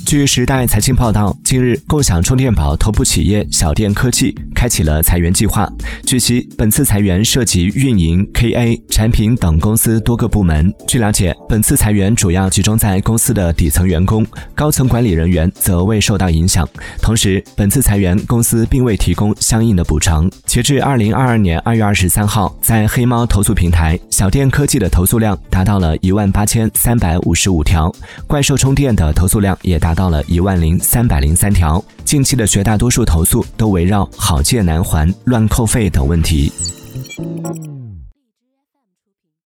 据时代财经报道，近日共享充电宝头部企业小电科技开启了裁员计划。据悉，本次裁员涉及运营、KA、产品等公司多个部门。据了解，本次裁员主要集中在公司的底层员工，高层管理人员则未受到影响。同时，本次裁员公司并未提供相应的补偿。截至2022年2月23号，在黑猫投诉平台，小电科技的投诉量达到了18355条，怪兽充电的投诉量也达到了10303条。近期的绝大多数投诉都围绕好借难还、乱扣费等问题。